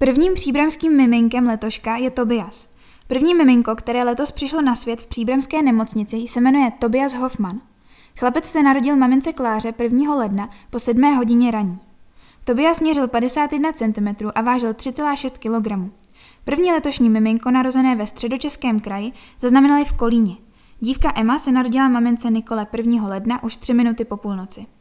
Prvním příbramským miminkem letoška je Tobias. První miminko, které letos přišlo na svět v příbramské nemocnici, se jmenuje Tobias Hoffman. Chlapec se narodil mamince Kláře 1. ledna po 7 hodině raní. Tobias měřil 51 cm a vážil 3,6 kg. První letošní miminko narozené ve Středočeském kraji zaznamenali v Kolíně. Dívka Emma se narodila mamince Nikole 1. ledna už 3 minuty po půlnoci.